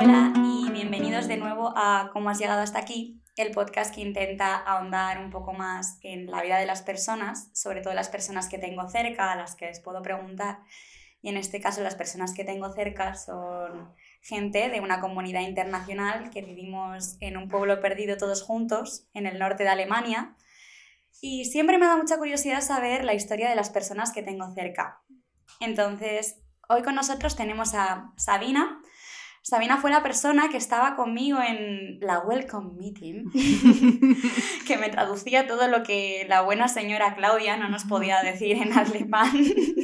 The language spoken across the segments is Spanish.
Hola y bienvenidos de nuevo a Cómo has llegado hasta aquí, el podcast que intenta ahondar un poco más en la vida de las personas, sobre todo las personas que tengo cerca, a las que les puedo preguntar. Y en este caso las personas que tengo cerca son gente de una comunidad internacional que vivimos en un pueblo perdido todos juntos, en el norte de Alemania. Y siempre me da mucha curiosidad saber la historia de las personas que tengo cerca. Entonces, hoy con nosotros tenemos a Sabina. Sabina fue la persona que estaba conmigo en la Welcome Meeting, que me traducía todo lo que la buena señora Claudia no nos podía decir en alemán.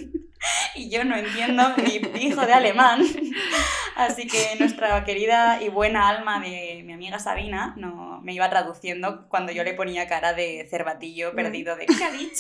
Y yo no entiendo ni pijo de alemán. Así que nuestra querida y buena alma de mi amiga Sabina me iba traduciendo cuando yo le ponía cara de cervatillo perdido de ¿qué ha dicho?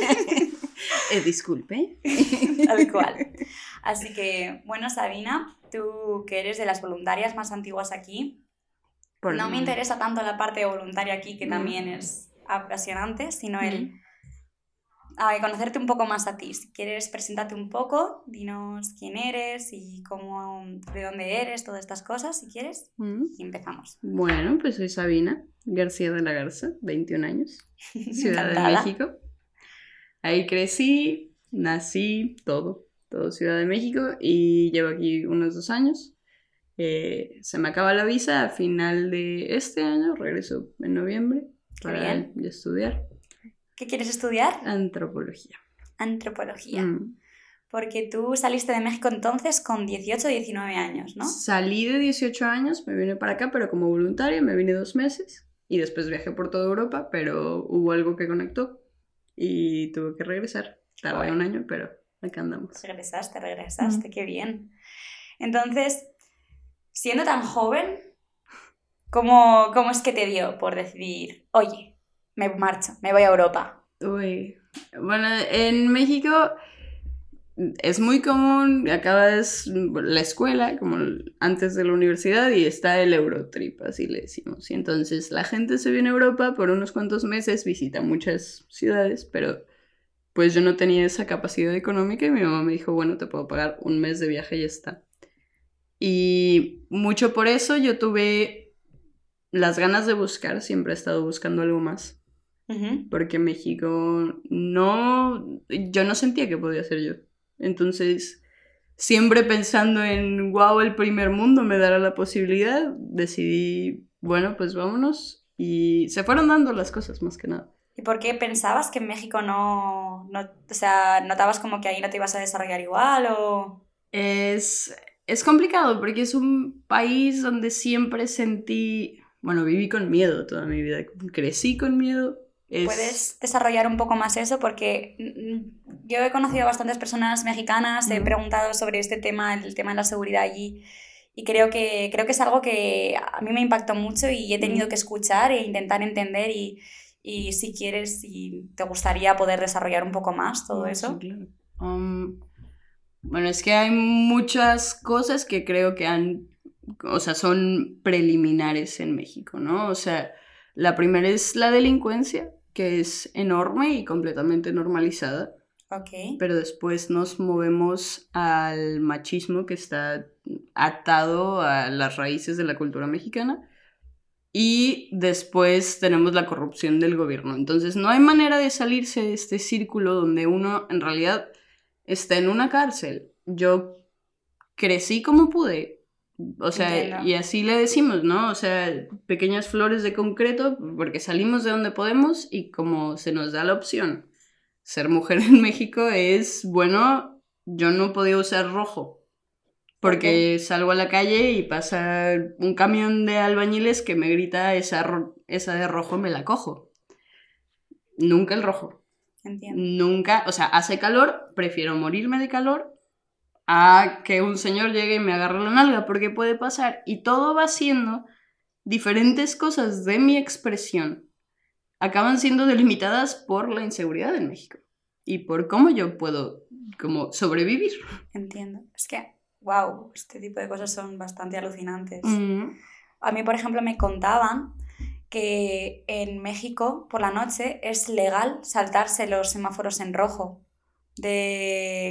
Disculpe. Tal cual. Así que, bueno, Sabina, tú que eres de las voluntarias más antiguas aquí, no me interesa tanto la parte voluntaria aquí, que también es apasionante, sino el conocerte un poco más a ti. Si quieres, preséntate un poco, dinos quién eres y de dónde eres, todas estas cosas, si quieres, y empezamos. Bueno, pues soy Sabina García de la Garza, 21 años, Ciudad de Encantada. México. Ahí crecí, nací, todo Ciudad de México, y llevo aquí unos 2 años. Se me acaba la visa a final de este año, regreso en noviembre para estudiar. ¿Qué quieres estudiar? Antropología. Antropología. Porque tú saliste de México entonces con 18 o 19 años, ¿no? Salí de 18 años, me vine para acá, pero como voluntaria, me vine 2 meses y después viajé por toda Europa, pero hubo algo que conectó y tuve que regresar. Tardé un año, pero acá andamos. Regresaste, qué bien. Entonces, siendo tan joven, ¿cómo es que te dio por decidir, oye, me marcho, me voy a Europa? Uy, bueno, en México es muy común, acabas la escuela, como antes de la universidad, y está el Eurotrip, así le decimos. Y entonces la gente se viene a Europa por unos cuantos meses, visita muchas ciudades, pero pues yo no tenía esa capacidad económica y mi mamá me dijo, bueno, te puedo pagar un mes de viaje y ya está. Y mucho por eso yo tuve las ganas de buscar, siempre he estado buscando algo más. Porque México yo no sentía que podía ser yo. Entonces, siempre pensando en, wow, el primer mundo me dará la posibilidad, decidí, bueno, pues vámonos. Y se fueron dando las cosas, más que nada. ¿Y por qué pensabas que en México o sea, notabas como que ahí no te ibas a desarrollar igual o...? Es complicado porque es un país donde siempre viví con miedo toda mi vida, crecí con miedo. ¿Puedes desarrollar un poco más eso? Porque yo he conocido a bastantes personas mexicanas, he preguntado sobre este tema, el tema de la seguridad allí, y creo que es algo que a mí me impactó mucho y he tenido que escuchar e intentar entender y si quieres, si te gustaría poder desarrollar un poco más todo eso. Sí, claro. Bueno, es que hay muchas cosas que creo que son preliminares en México, ¿no? O sea, la primera es la delincuencia, que es enorme y completamente normalizada. Okay. Pero después nos movemos al machismo que está atado a las raíces de la cultura mexicana. Y después tenemos la corrupción del gobierno. Entonces no hay manera de salirse de este círculo donde uno en realidad está en una cárcel. Yo crecí como pude. O sea, Entiendo. y así le decimos, ¿no? O sea, pequeñas flores de concreto, porque salimos de donde podemos y como se nos da la opción. Ser mujer en México es, bueno, yo no podía usar rojo. Porque salgo a la calle y pasa un camión de albañiles que me grita esa de rojo, me la cojo. Nunca el rojo. Entiendo. Nunca, o sea, hace calor, prefiero morirme de calor a que un señor llegue y me agarre la nalga, porque puede pasar. Y todo va siendo diferentes cosas de mi expresión. Acaban siendo delimitadas por la inseguridad en México. Y por cómo yo puedo sobrevivir. Entiendo. Es que, wow, este tipo de cosas son bastante alucinantes. A mí, por ejemplo, me contaban que en México por la noche es legal saltarse los semáforos en rojo.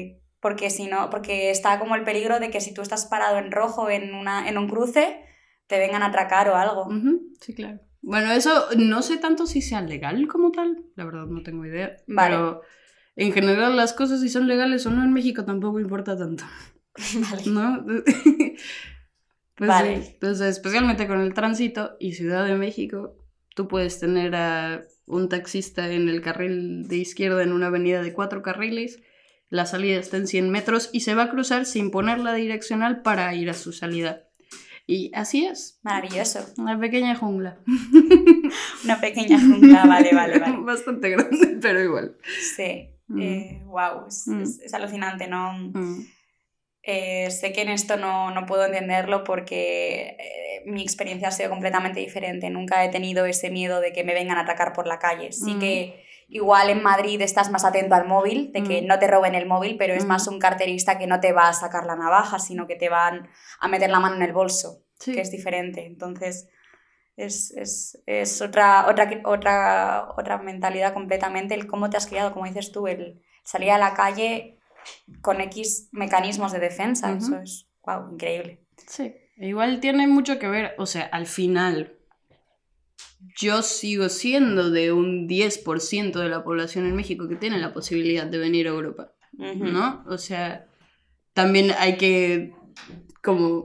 porque si no, porque está como el peligro de que si tú estás parado en rojo en un cruce, te vengan a atracar o algo. Sí, claro. Bueno, eso no sé tanto si sea legal como tal, la verdad no tengo idea. Vale. Pero en general las cosas si son legales o no en México tampoco importa tanto. Vale. ¿No? Pues vale. sí, pues especialmente con el tránsito y Ciudad de México, tú puedes tener a un taxista en el carril de izquierda en una avenida de 4 carriles, la salida está en 100 metros y se va a cruzar sin poner la direccional para ir a su salida. Y así es. Maravilloso. Una pequeña jungla. Una pequeña jungla, vale. Bastante grande, pero igual. Sí. Wow, es alucinante, ¿no? Sé que en esto no puedo entenderlo porque mi experiencia ha sido completamente diferente. Nunca he tenido ese miedo de que me vengan a atacar por la calle. Sí que igual en Madrid estás más atento al móvil, de que no te roben el móvil, pero es más un carterista que no te va a sacar la navaja, sino que te van a meter la mano en el bolso, que es diferente. Entonces es otra mentalidad completamente, el cómo te has criado, como dices tú, el salir a la calle con X mecanismos de defensa. Eso es, wow, increíble. Sí, igual tiene mucho que ver, o sea, al final yo sigo siendo de un 10% de la población en México que tiene la posibilidad de venir a Europa, ¿no? O sea, también hay que como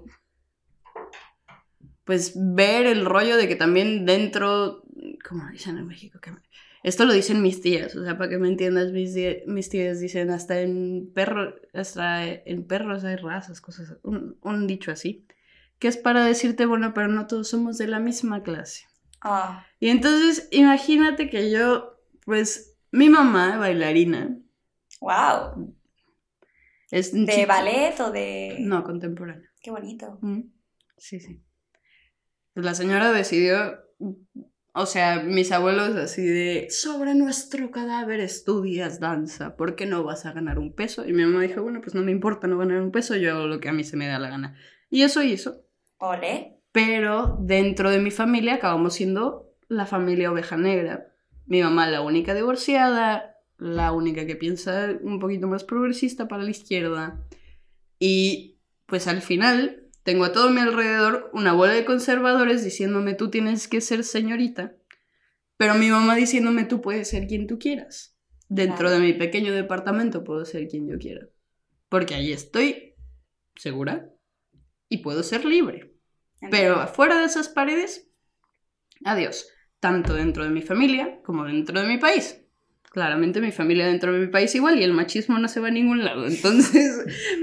pues ver el rollo de que también dentro, como dicen en México, esto lo dicen mis tías, o sea, para que me entiendas, mis tías dicen hasta en perros hay razas, cosas, un dicho así, que es para decirte, bueno, pero no todos somos de la misma clase. Y entonces, imagínate que yo, pues, mi mamá, bailarina. ¡Wow! Es ¿De ballet o de...? No, contemporáneo. ¡Qué bonito! Sí. Pues la señora decidió... O sea, mis abuelos así de, sobre nuestro cadáver estudias danza, ¿por qué no vas a ganar un peso? Y mi mamá dijo, bueno, pues no me importa no ganar un peso, yo hago lo que a mí se me da la gana. Y eso hizo. ¡Ole! Pero dentro de mi familia acabamos siendo la familia oveja negra. Mi mamá la única divorciada, la única que piensa un poquito más progresista para la izquierda. Y pues al final... Tengo a todo mi alrededor una bola de conservadores diciéndome tú tienes que ser señorita, pero mi mamá diciéndome tú puedes ser quien tú quieras. Dentro de mi pequeño departamento puedo ser quien yo quiera, porque ahí estoy segura y puedo ser libre. Pero afuera de esas paredes, adiós, tanto dentro de mi familia como dentro de mi país. Claramente mi familia dentro de mi país igual y el machismo no se va a ningún lado, entonces...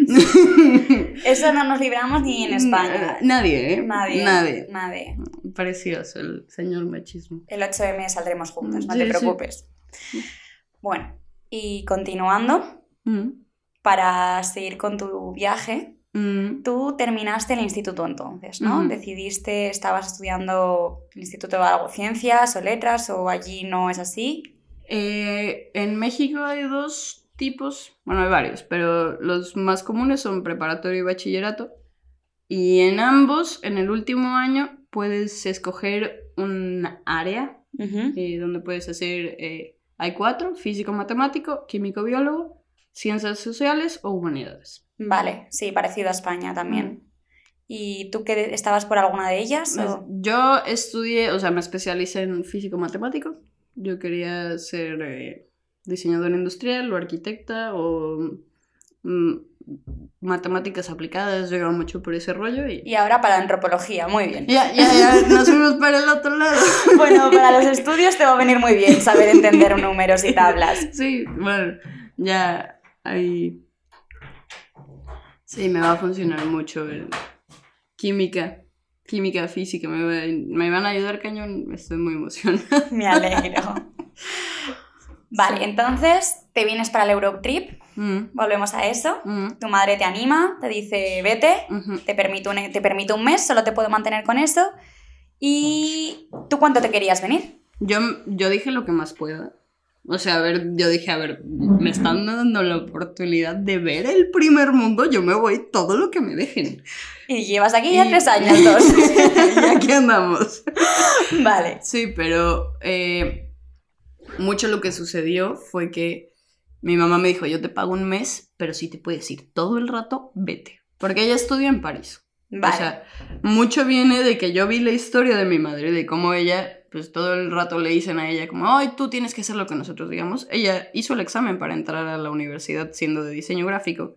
Eso no nos libramos ni en España. Nadie, ¿eh? Nadie. Precioso el señor machismo. El 8M saldremos juntas, no te preocupes. Bueno, y continuando, para seguir con tu viaje, tú terminaste el instituto entonces, ¿no? Decidiste, estabas estudiando el instituto de algo, ciencias o letras, o allí no es así. En México hay 2 tipos, bueno, hay varios, pero los más comunes son preparatorio y bachillerato. Y en ambos, en el último año, puedes escoger un área donde puedes hacer, hay 4, físico-matemático, químico-biólogo, ciencias sociales o humanidades. Vale, sí, parecido a España también. ¿Y tú qué estabas por alguna de ellas? ¿O? Yo estudié, o sea, me especialicé en físico-matemático. Yo quería ser diseñadora industrial o arquitecta o matemáticas aplicadas, yo iba mucho por ese rollo. Y ahora para antropología, muy bien. Ya, nos fuimos para el otro lado. Bueno, para los estudios te va a venir muy bien saber entender números y tablas. Sí, bueno, ya ahí... Sí, me va a funcionar mucho el química, física, me van a ayudar cañón, estoy muy emocionada. Me alegro. Vale, entonces te vienes para el Eurotrip, volvemos a eso, tu madre te anima, te dice vete, te permito un mes, solo te puedo mantener con eso. ¿Y tú cuánto te querías venir? Yo dije lo que más pueda. O sea, yo dije, me están dando la oportunidad de ver el primer mundo, yo me voy todo lo que me dejen. Y llevas aquí ya 3 años, 2. Y aquí andamos. Vale. Sí, pero mucho lo que sucedió fue que Mi mamá me dijo, yo te pago un mes, pero si te puedes ir todo el rato, vete. Porque ella estudia en París. Vale. O sea, mucho viene de que yo vi la historia de mi madre, de cómo ella, pues todo el rato le dicen a ella como, ay, tú tienes que hacer lo que nosotros digamos. Ella hizo el examen para entrar a la universidad siendo de diseño gráfico.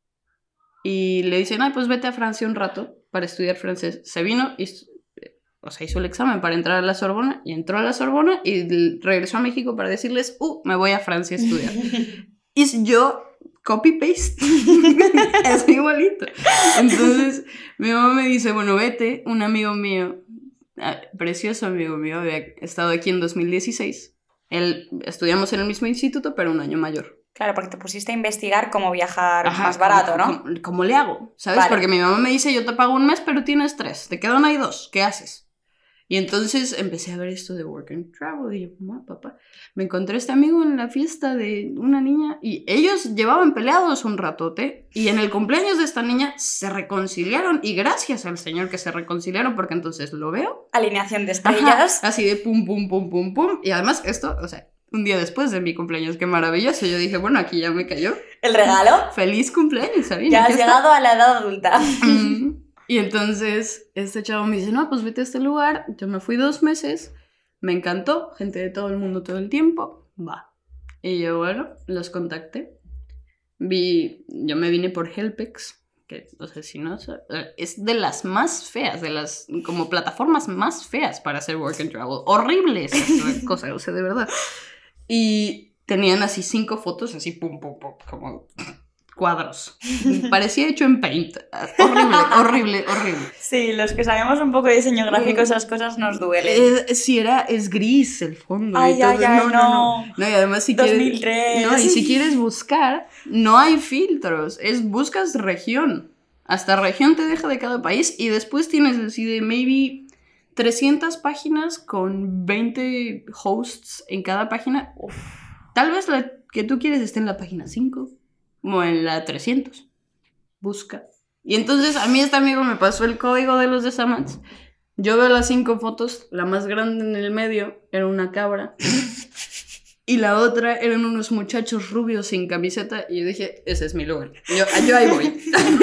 Y le dicen, ay, pues vete a Francia un rato para estudiar francés. Se vino y, o sea, hizo el examen para entrar a la Sorbona y entró a la Sorbona y regresó a México para decirles, me voy a Francia a estudiar. Y yo, copy-paste, es igualito. Entonces, mi mamá me dice, bueno, vete, un amigo mío, precioso amigo mío, había estado aquí en 2016. Estudiamos en el mismo instituto, pero un año mayor. Claro, porque te pusiste a investigar cómo viajar más barato, ¿no? ¿Cómo le hago? ¿Sabes? Vale. Porque mi mamá me dice, yo te pago un mes, pero tienes 3. Te quedan ahí 2. ¿Qué haces? Y entonces empecé a ver esto de Work and Travel. Y yo, mamá, papá, me encontré a este amigo en la fiesta de una niña. Y ellos llevaban peleados un ratote. Y en el cumpleaños de esta niña se reconciliaron. Y gracias al Señor que se reconciliaron, porque entonces lo veo. Alineación de estrellas. Ajá, así de pum, pum, pum, pum, pum. Y además esto, o sea, un día después de mi cumpleaños, qué maravilloso. Yo dije, bueno, aquí ya me cayó. ¿El regalo? Feliz cumpleaños, Sabina. Ya has llegado a la edad adulta. Y entonces este chavo me dice, no, pues vete a este lugar. Yo me fui 2 meses. Me encantó. Gente de todo el mundo todo el tiempo. Va. Y yo, bueno, los contacté. Yo me vine por Helpex. Que, o sea, si no, es de las más feas, de las como plataformas más feas para hacer work and travel. Horribles esa cosa, o sea, de verdad. Y tenían así 5 fotos, así pum, pum, pum, como cuadros. Parecía hecho en Paint. Horrible, horrible, horrible. Sí, los que sabemos un poco de diseño gráfico, esas cosas nos duelen. Es gris el fondo. Ay, y todo. ay, ay, no. No, y además si 2003. quieres... No, y si quieres buscar, no hay filtros. Buscas región. Hasta región te deja de cada país y después tienes así de maybe 300 páginas con 20 hosts en cada página. Uf. Tal vez la que tú quieres esté en la página 5 o en la 300. Busca. Y entonces a mí este amigo me pasó el código de los de Samats. Yo veo las 5 fotos, la más grande en el medio era una cabra y la otra eran unos muchachos rubios sin camiseta y yo dije, ese es mi lugar. Yo ahí voy.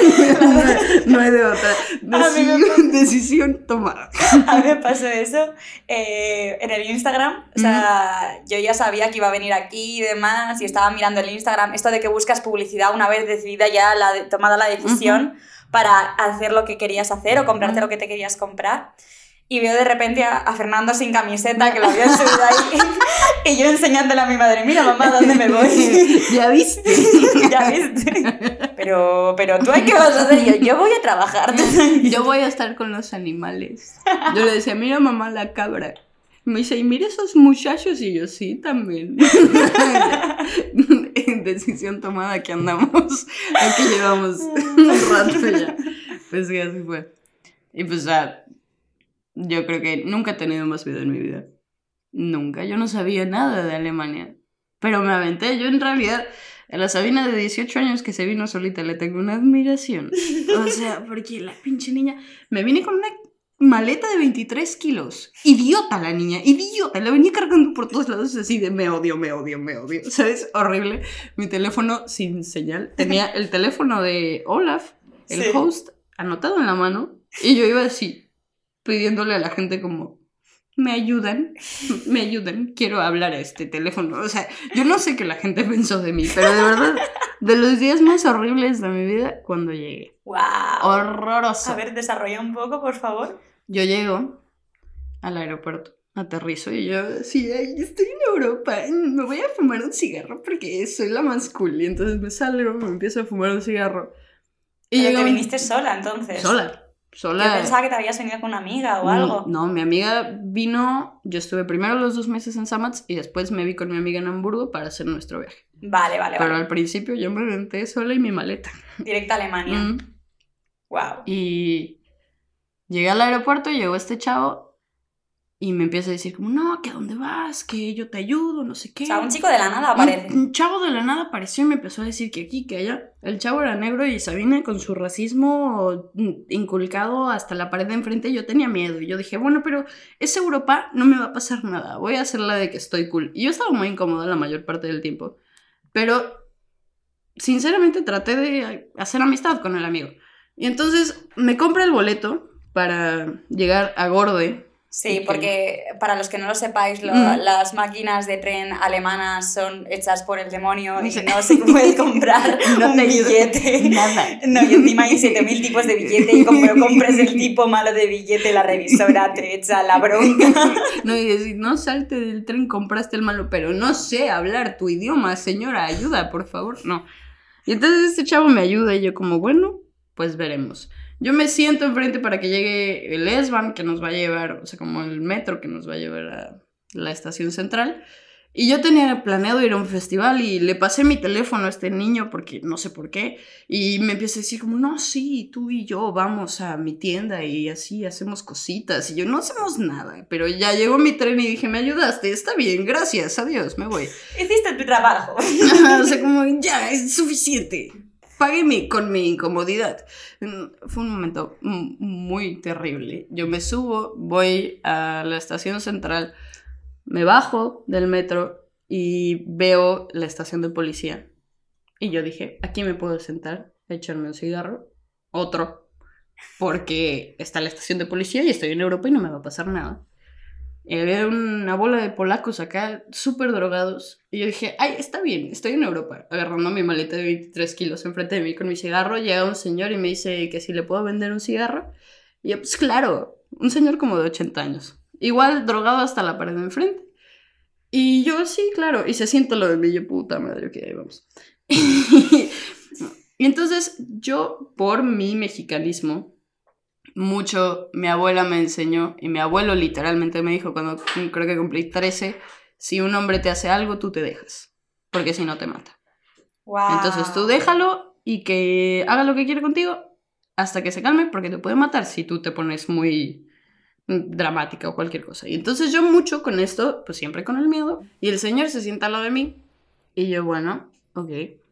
No hay de otra. Decisión tomada. A mí me pasó eso en el Instagram. O sea, yo ya sabía que iba a venir aquí y demás y estaba mirando el Instagram. Esto de que buscas publicidad una vez decidida ya, tomada la decisión para hacer lo que querías hacer o comprarte lo que te querías comprar. Y veo de repente a Fernando sin camiseta, que lo habían subido ahí, y yo enseñándole a mi madre, mira mamá, ¿dónde me voy? ¿Ya viste? ¿Ya viste? Pero ¿tú qué vas a hacer? Yo voy a trabajar. Yo voy a estar con los animales. Yo le decía, mira mamá, la cabra. Me dice, y mira esos muchachos, y yo, sí, también. Decisión tomada, aquí andamos. Aquí llevamos un rato ya. Pues sí, así fue. Y pues yo creo que nunca he tenido más vida en mi vida. Nunca. Yo no sabía nada de Alemania. Pero me aventé. Yo en realidad, a la Sabina de 18 años que se vino solita, le tengo una admiración. O sea, porque la pinche niña... Me vine con una maleta de 23 kilos. Idiota la niña, idiota. La venía cargando por todos lados así de me odio. ¿Sabes? Horrible. Mi teléfono sin señal. Tenía el teléfono de Olaf, el host, anotado en la mano. Y yo iba así, pidiéndole a la gente como, me ayudan, quiero hablar a este teléfono. O sea, yo no sé qué la gente pensó de mí, pero de verdad, de los días más horribles de mi vida, cuando llegué. ¡Wow! Horroroso. A ver, desarrolla un poco, por favor. Yo llego al aeropuerto, aterrizo y yo, sí, estoy en Europa, me voy a fumar un cigarro porque soy la más cool. Y entonces me salgo, me empiezo a fumar un cigarro. Y pero te viniste sola, entonces. Sola. Yo pensaba que te habías venido con una amiga o algo. No, mi amiga vino, yo estuve primero los 2 meses en Samats y después me vi con mi amiga en Hamburgo para hacer nuestro viaje. Vale. Pero al principio yo me aventé sola y mi maleta. Directa a Alemania. Wow. Y llegué al aeropuerto, llegó este chavo y me empieza a decir como, no, que a dónde vas, que yo te ayudo, no sé qué. O sea, un chico de la nada aparece. Un chavo de la nada apareció y me empezó a decir que aquí, que allá. El chavo era negro y Sabina con su racismo inculcado hasta la pared de enfrente, yo tenía miedo. Y yo dije, bueno, pero es Europa, no me va a pasar nada. Voy a hacer la de que estoy cool. Y yo estaba muy incómoda la mayor parte del tiempo. pero sinceramente traté de hacer amistad con el amigo. Y entonces me compra el boleto para llegar a Gorde. Sí, porque para los que no lo sepáis, las máquinas de tren alemanas son hechas por el demonio y no se puede comprar un billete. Nada. No, y encima hay 7.000 tipos de billete y como compres el tipo malo de billete, la revisora te echa la bronca. No, y decir, no salte del tren, compraste el malo, pero no sé hablar tu idioma, señora, ayuda, por favor. No. Y entonces este chavo me ayuda y yo como, bueno, pues veremos. Yo me siento enfrente para que llegue el S-Bahn que nos va a llevar, o sea, como el metro que nos va a llevar a la estación central. Y yo tenía planeado ir a un festival y le pasé mi teléfono a este niño porque no sé por qué. Y me empieza a decir como, no, sí, tú y yo vamos a mi tienda y así hacemos cositas. Y yo, no hacemos nada. Pero ya llegó mi tren y dije, me ayudaste, está bien, gracias, adiós, me voy. Hiciste tu trabajo. O sea, como, ya, es suficiente. Págueme con mi incomodidad. Fue un momento muy terrible. Yo me subo, voy a la estación central, me bajo del metro y veo la estación de policía. Y yo dije, aquí me puedo sentar, echarme un cigarro, otro, porque está la estación de policía y estoy en Europa y no me va a pasar nada. Y había una bola de polacos acá, súper drogados. Y yo dije, ay, está bien, estoy en Europa. Agarrando mi maleta de 23 kilos enfrente de mí con mi cigarro, llega un señor y me dice que si le puedo vender un cigarro. Y yo, pues claro, un señor como de 80 años. Igual drogado hasta la pared de enfrente. Y yo, sí, claro. Y se siente lo de mí, yo, puta madre, ok, ahí vamos. Y entonces yo, por mi mexicanismo, mucho, mi abuela me enseñó, y mi abuelo literalmente me dijo cuando creo que cumplí 13, si un hombre te hace algo, tú te dejas, porque si no te mata. Wow. Entonces tú déjalo y que haga lo que quiere contigo hasta que se calme, porque te puede matar si tú te pones muy dramática o cualquier cosa. Y entonces yo mucho con esto, pues siempre con el miedo, y el señor se sienta al lado de mí, y yo, bueno, ok.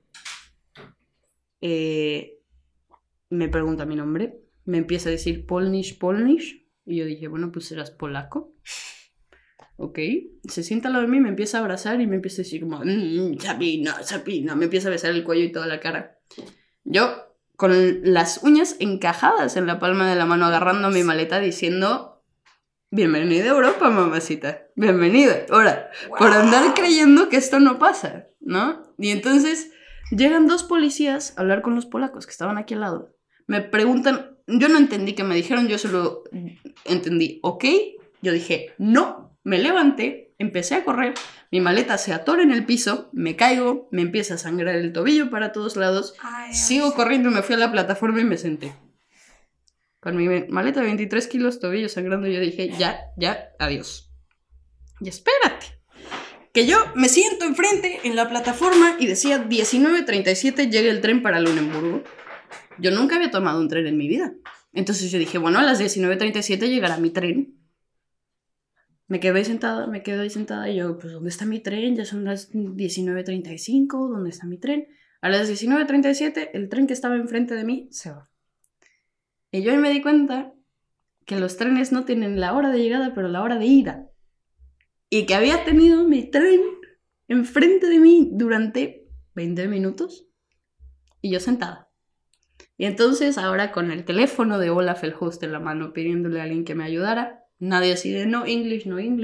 Me pregunta mi nombre. Me empieza a decir Polnish. Y yo dije, bueno, pues serás polaco. Ok. Se sienta al lado de mí, me empieza a abrazar y me empieza a decir como, Sabina. Me empieza a besar el cuello y toda la cara. Yo, con las uñas encajadas en la palma de la mano, agarrando mi maleta diciendo, bienvenida a Europa, mamacita. Bienvenida. Ahora, por andar creyendo que esto no pasa, ¿no? Y entonces llegan dos policías a hablar con los polacos que estaban aquí al lado. Me preguntan, yo no entendí qué me dijeron, yo solo entendí, ok. Yo dije, no, me levanté, empecé a correr, mi maleta se atora en el piso, me caigo, me empieza a sangrar el tobillo para todos lados, sigo corriendo, me fui a la plataforma y me senté. Con mi maleta de 23 kilos, tobillo sangrando, yo dije, ya, adiós. Y espérate, que yo me siento enfrente en la plataforma y decía 19:37 llega el tren para Luneburgo. Yo nunca había tomado un tren en mi vida. Entonces yo dije, bueno, a las 19:37 llegará mi tren. Me quedé ahí sentada y yo, pues, ¿dónde está mi tren? Ya son las 19:35, ¿dónde está mi tren? A las 19:37 el tren que estaba enfrente de mí se va. Y yo ahí me di cuenta que los trenes no tienen la hora de llegada, pero la hora de ida. Y que había tenido mi tren enfrente de mí durante 20 minutos y yo sentada. Y entonces ahora con el teléfono de Olaf el host en la mano pidiéndole a alguien que me ayudara, nadie así de no English.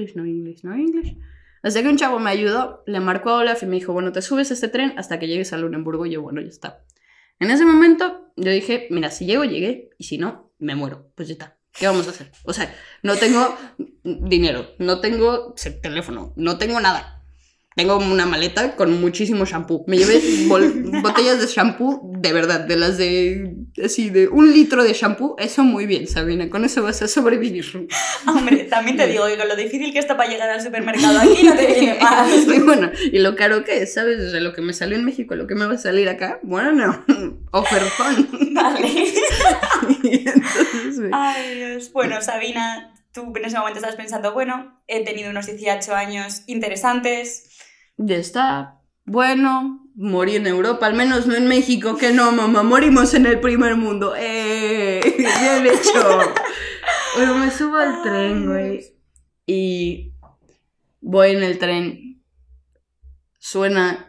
Hasta que un chavo me ayudó, le marcó a Olaf y me dijo, bueno, te subes a este tren hasta que llegues a Luneburgo. Y yo, bueno, ya está. En ese momento yo dije, mira, si llego, llegué, y si no, me muero. Pues ya está. ¿Qué vamos a hacer? O sea, no tengo dinero, no tengo teléfono, no tengo nada. Tengo una maleta con muchísimo shampoo. Me llevé botellas de shampoo, de verdad, de las de, así, de 1 litro de shampoo. Eso muy bien, Sabina, con eso vas a sobrevivir. Hombre, también te digo que con lo difícil que está para llegar al supermercado aquí no te viene mal. Sí, bueno, y lo caro que es, ¿sabes? O sea, lo que me salió en México, lo que me va a salir acá, bueno, no, ofertón. Vale. Entonces, ay, Dios. Bueno, Sabina, tú en ese momento estás pensando, bueno, he tenido unos 18 años interesantes. Ya está, bueno, morí en Europa, al menos no en México, que no, mamá, morimos en el primer mundo. Bien hecho. Bueno, me subo al tren, güey, y voy en el tren, suena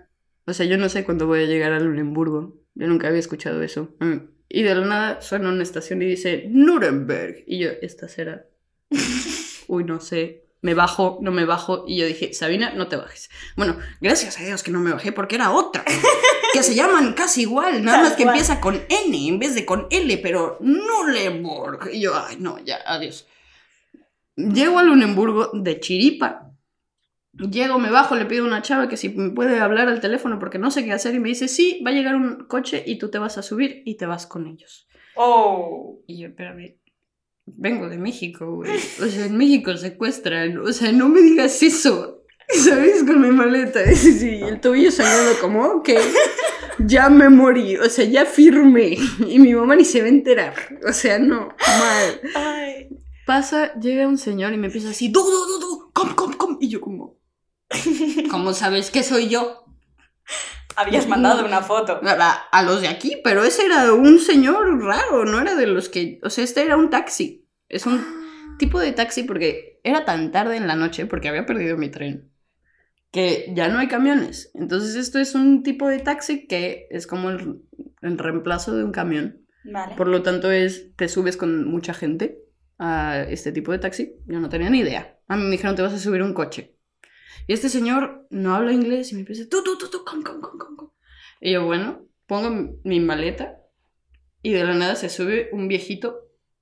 O sea, yo no sé cuándo voy a llegar a Luneburgo. Yo nunca había escuchado eso. Y de la nada suena una estación y dice Nuremberg. Y yo, ¿esta será? Uy, no sé. Me bajo, no me bajo. Y yo dije, Sabina, no te bajes. Bueno, gracias a Dios que no me bajé porque era otra. Que se llaman casi igual. Nada más que empieza con N en vez de con L. Pero Nuremberg. Y yo, ay, no, ya, adiós. Llego a Luneburgo de chiripa. Llego, me bajo, le pido a una chava que si me puede hablar al teléfono porque no sé qué hacer y me dice, sí, va a llegar un coche y tú te vas a subir y te vas con ellos. Oh. Y yo, espérame, vengo de México, güey. O sea, en México secuestran, o sea, no me digas eso. ¿Sabes? Con mi maleta. Sí, el tobillo sangrando como, ok, ya me morí, o sea, ya firmé. Y mi mamá ni se va a enterar. O sea, no, mal. Ay. Pasa, llega un señor y me empieza así, du, come. Y yo como... ¿Cómo sabes que soy yo? Habías mandado una foto. A los de aquí, pero ese era un señor raro, no era de los que... O sea, este era un taxi. Es un tipo de taxi porque era tan tarde en la noche, porque había perdido mi tren, que ya no hay camiones. Entonces esto es un tipo de taxi que es como el reemplazo de un camión. Vale. Por lo tanto, te subes con mucha gente a este tipo de taxi. Yo no tenía ni idea. A mí me dijeron, te vas a subir a un coche. Y este señor no habla inglés y me dice, tú, come. Y yo, bueno, pongo mi maleta y de la nada se sube un viejito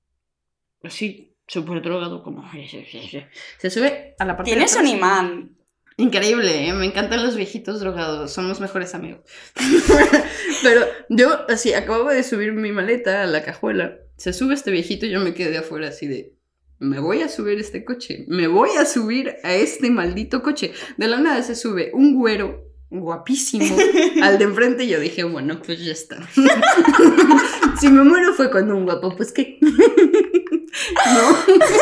así, súper drogado, como... Se sube a la parte de Tienes atrás. un imán. Increíble, ¿eh? Me encantan los viejitos drogados, son los mejores amigos. Pero yo, así, acababa de subir mi maleta a la cajuela, se sube este viejito y yo me quedé afuera así de... Me voy a subir a este coche, me voy a subir a este maldito coche. De la nada se sube un güero guapísimo al de enfrente y yo dije, bueno, pues ya está. Si me muero fue con un guapo, pues qué. ¿No?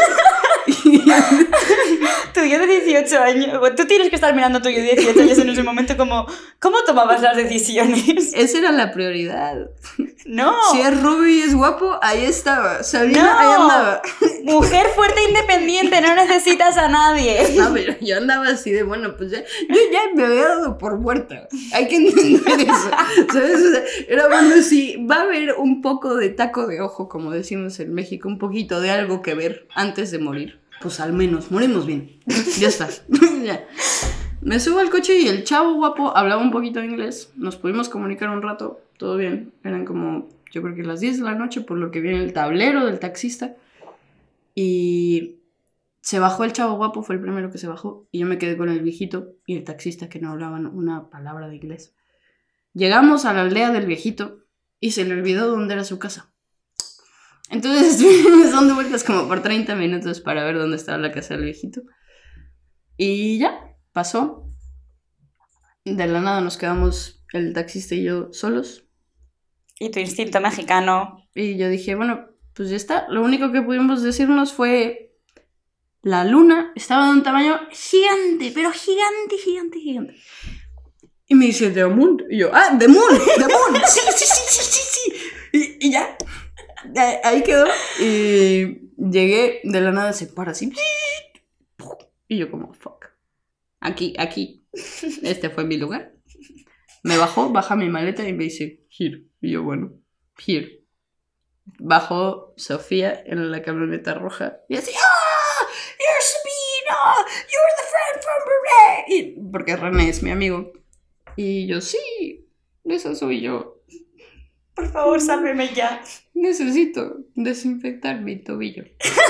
Tuyo de 18 años. Tú tienes que estar mirando tuyo de 18 años en ese momento como... ¿Cómo tomabas las decisiones? Esa era la prioridad. No. Si es rubio y es guapo, ahí estaba. Sabina, No. ahí andaba. Mujer fuerte e independiente, no necesitas a nadie. No, pero yo andaba así de, bueno, pues ya, yo ya me había dado por muerta. Hay que entender eso, ¿sabes? O sea, era bueno, si va a haber un poco de taco de ojo, como decimos en México, un poquito de algo que ver antes de morir, pues al menos morimos bien. Ya está. Ya. Me subo al coche y el chavo guapo hablaba un poquito de inglés. Nos pudimos comunicar un rato, todo bien. Eran como, yo creo que las 10 de la noche, por lo que vi en el tablero del taxista. Y se bajó el chavo guapo, fue el primero que se bajó. Y yo me quedé con el viejito y el taxista que no hablaban una palabra de inglés. Llegamos a la aldea del viejito y se le olvidó dónde era su casa. Entonces estuvimos dando vueltas como por 30 minutos para ver dónde estaba la casa del viejito. Y ya, pasó. De la nada nos quedamos el taxista y yo solos. Y tu instinto mexicano. Y yo dije, bueno, pues ya está. Lo único que pudimos decirnos fue... La luna estaba de un tamaño gigante, pero gigante. Y me dice, ¿The Moon? Y yo, The Moon. Sí. Y ya. Ahí quedó. Y llegué, de la nada se para así. Y yo como, fuck. Aquí. Este fue mi lugar. Me baja mi maleta y me dice, here. Y yo, bueno, here. Bajó Sofía en la camioneta roja y así, you're Sabina, you're the friend from René. Porque René es mi amigo. Y yo, sí, esa soy yo. Por favor, sálveme ya. Necesito desinfectar mi tobillo.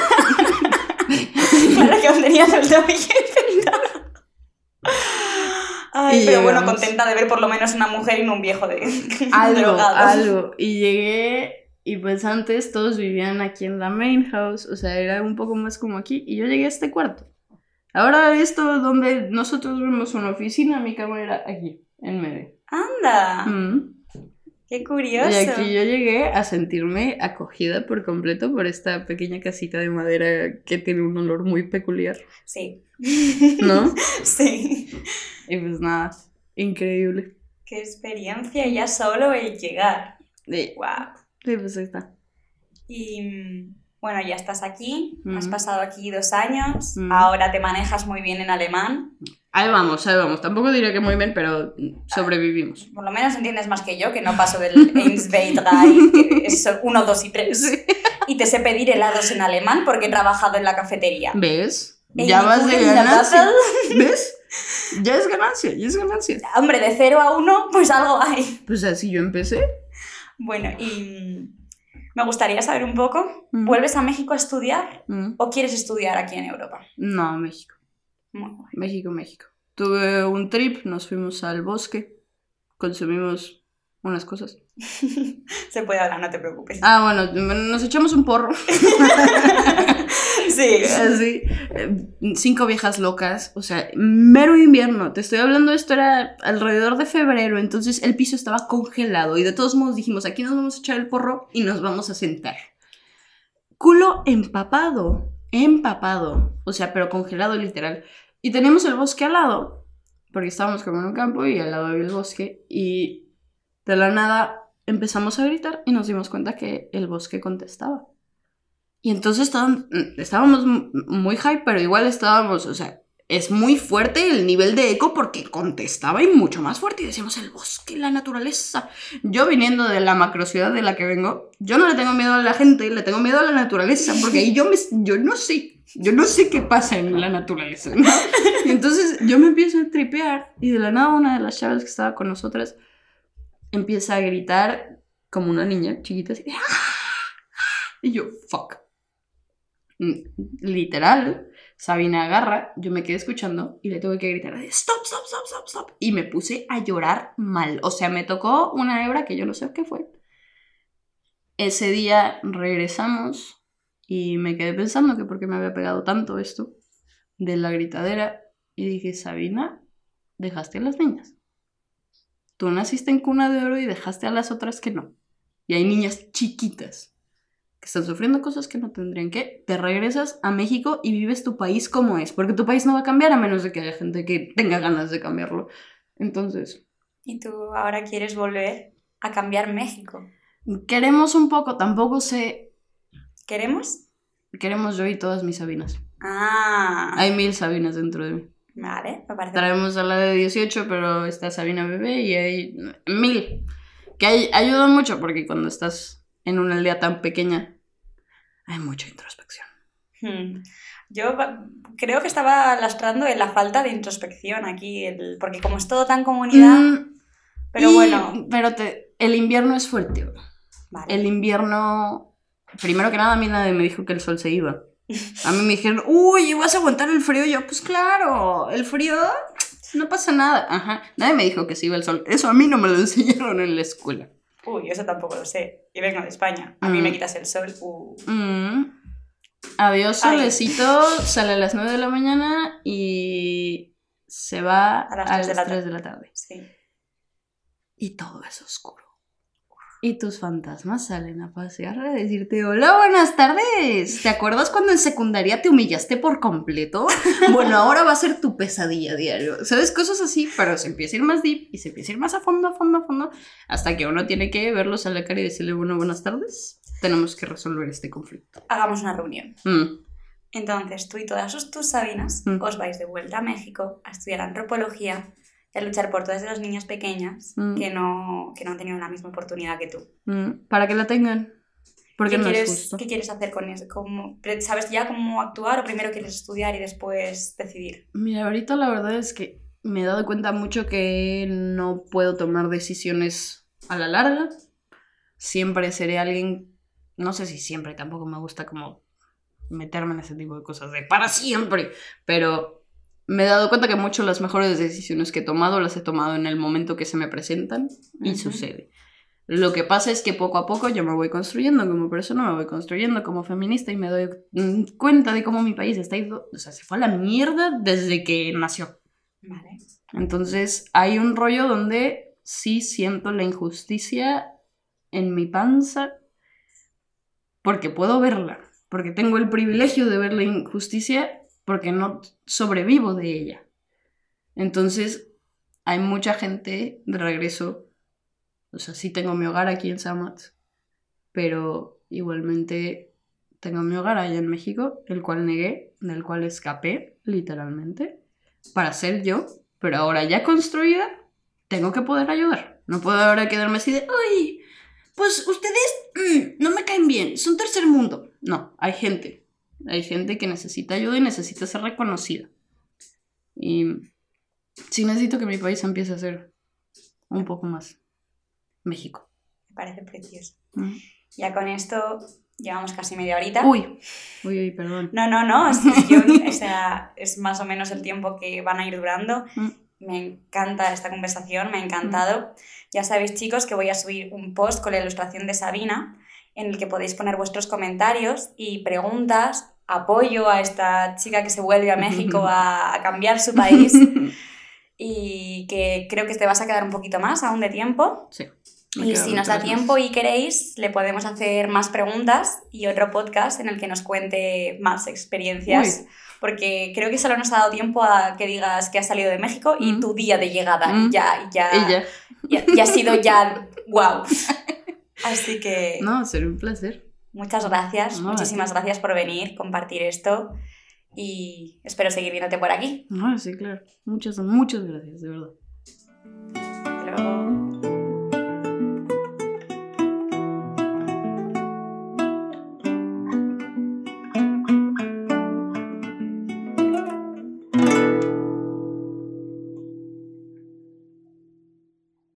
Para que aún tenías el tobillo infectado. Ay, pero bueno, contenta de ver por lo menos una mujer y no un viejo de drogado. Algo. Y llegué... Y pues antes todos vivían aquí en la main house, o sea, era un poco más como aquí, y yo llegué a este cuarto. Ahora esto donde nosotros vemos una oficina, mi cama era aquí, en medio. ¡Anda! ¡Qué curioso! Y aquí yo llegué a sentirme acogida por completo por esta pequeña casita de madera que tiene un olor muy peculiar. Sí. ¿No? Sí. Y pues nada, increíble. ¡Qué experiencia ya solo el llegar! Sí. ¡Wow! Sí, pues ahí está. Y Bueno, ya estás aquí, has Mm. pasado aquí 2 años, Mm. ahora te manejas muy bien en alemán. Ahí vamos, ahí vamos. Tampoco diría que muy bien, pero sobrevivimos. Por lo menos entiendes más que yo, que no paso del Eins, 2, 3, que es 1, 2 y 3. Sí. Y te sé pedir helados en alemán porque he trabajado en la cafetería. ¿Ves? Ey, Ya ¿y vas tú de en la ganancia. taza? ¿Ves? Ya es ganancia, ya es ganancia. Hombre, de 0 a 1, pues algo hay. Pues así yo empecé. Bueno, y me gustaría saber un poco, Mm. ¿vuelves a México a estudiar Mm. o quieres estudiar aquí en Europa? No, México. Muy bueno. México. Tuve un trip, nos fuimos al bosque, consumimos unas cosas. Se puede hablar, no te preocupes. Ah, bueno, nos echamos un porro. Sí. Así, 5 viejas locas, o sea, mero invierno. Te estoy hablando, esto era alrededor de febrero, entonces el piso estaba congelado y de todos modos dijimos, aquí nos vamos a echar el porro y nos vamos a sentar. Culo empapado, o sea, pero congelado literal. Y teníamos el bosque al lado, porque estábamos como en un campo y al lado había el bosque, y de la nada empezamos a gritar y nos dimos cuenta que el bosque contestaba. Y entonces estábamos muy hype, pero igual estábamos, o sea, es muy fuerte el nivel de eco porque contestaba y mucho más fuerte y decíamos el bosque, la naturaleza. Yo viniendo de la macrociudad de la que vengo, yo no le tengo miedo a la gente, le tengo miedo a la naturaleza porque ahí yo no sé qué pasa en la naturaleza, ¿no? Y entonces yo me empiezo a tripear y de la nada una de las chavas que estaba con nosotras empieza a gritar como una niña chiquita así, y yo, fuck. Literal, Sabina agarra, yo me quedé escuchando y le tuve que gritar stop. Y me puse a llorar mal. O sea, me tocó una hebra que yo no sé qué fue. Ese día regresamos y me quedé pensando que por qué me había pegado tanto esto de la gritadera. Y dije, Sabina, dejaste a las niñas. Tú naciste en cuna de oro y dejaste a las otras que no. Y hay niñas chiquitas que están sufriendo cosas que no tendrían que, te regresas a México y vives tu país como es, porque tu país no va a cambiar a menos de que haya gente que tenga ganas de cambiarlo. Entonces, ¿Y tú ahora quieres volver a cambiar México? queremos un poco, tampoco sé, ¿Queremos? queremos yo y todas mis Sabinas. Ah, Hay 1000 Sabinas dentro de mí. vale, me parece. Traemos a la de 18, pero está Sabina bebé y hay 1000. Que ayuda mucho porque cuando estás en una aldea tan pequeña hay mucha introspección. Yo creo que estaba lastrando en la falta de introspección aquí, porque como es todo tan comunidad, pero bueno. Pero el invierno es fuerte. Vale. El invierno, primero que nada, a mí nadie me dijo que el sol se iba. A mí me dijeron, uy, ¿vas a aguantar el frío? Y yo, pues claro, el frío no pasa nada. Ajá, nadie me dijo que se iba el sol. Eso a mí no me lo enseñaron en la escuela. Uy, eso tampoco lo sé. Y vengo de España. A mí me quitas el sol. Adiós, solecito. Sale a las 9 de la mañana y se va a las 3 de la tarde. Sí. Y todo es oscuro. Y tus fantasmas salen a pasear a decirte, hola, buenas tardes. ¿Te acuerdas cuando en secundaria te humillaste por completo? Bueno, ahora va a ser tu pesadilla diario. ¿Sabes? Cosas así, pero se empieza a ir más deep y se empieza a ir más a fondo, hasta que uno tiene que verlos a la cara y decirle, bueno, buenas tardes. Tenemos que resolver este conflicto. Hagamos una reunión. Entonces, tú y todas tus Sabinas os vais de vuelta a México a estudiar antropología y a luchar por todas las niñas pequeñas que no han tenido la misma oportunidad que tú. Para que la tengan. Porque no es justo. ¿Qué quieres hacer con eso? ¿Sabes ya cómo actuar o primero quieres estudiar y después decidir? Mira, ahorita la verdad es que me he dado cuenta mucho que no puedo tomar decisiones a la larga. Siempre seré alguien, no sé si siempre, tampoco me gusta como meterme en ese tipo de cosas de para siempre, pero me he dado cuenta que mucho las mejores decisiones que he tomado las he tomado en el momento que se me presentan y sucede. Lo que pasa es que poco a poco yo me voy construyendo como persona, me voy construyendo como feminista y me doy cuenta de cómo mi país está ido, o sea, se fue a la mierda desde que nació. Vale. Entonces hay un rollo donde sí siento la injusticia en mi panza porque puedo verla, porque tengo el privilegio de ver la injusticia porque no sobrevivo de ella. Entonces, hay mucha gente de regreso. O sea, sí tengo mi hogar aquí en Samat, pero igualmente tengo mi hogar allá en México, el cual negué, del cual escapé, literalmente, para ser yo, pero ahora ya construida, tengo que poder ayudar. No puedo ahora quedarme así de, ¡ay! Pues ustedes no me caen bien, son tercer mundo. No, hay gente que necesita ayuda y necesita ser reconocida. Y sí necesito que mi país empiece a ser un poco más México. Me parece precioso. Ya con esto llevamos casi media horita. Uy, perdón. No, o sea, es más o menos el tiempo que van a ir durando. Me encanta esta conversación, me ha encantado. Ya sabéis, chicos, que voy a subir un post con la ilustración de Sabina en el que podéis poner vuestros comentarios y preguntas, apoyo a esta chica que se vuelve a México a cambiar su país y que creo que te vas a quedar un poquito más aún de tiempo. Sí. Y si nos da tiempo y queréis, le podemos hacer más preguntas y otro podcast en el que nos cuente más experiencias. Uy. Porque creo que solo nos ha dado tiempo a que digas que has salido de México y tu día de llegada. Y ya ha sido ya wow. Así que... No, será un placer. Muchas gracias, muchísimas gracias por venir, compartir esto y espero seguir viéndote por aquí. No, sí, claro. Muchas gracias, de verdad.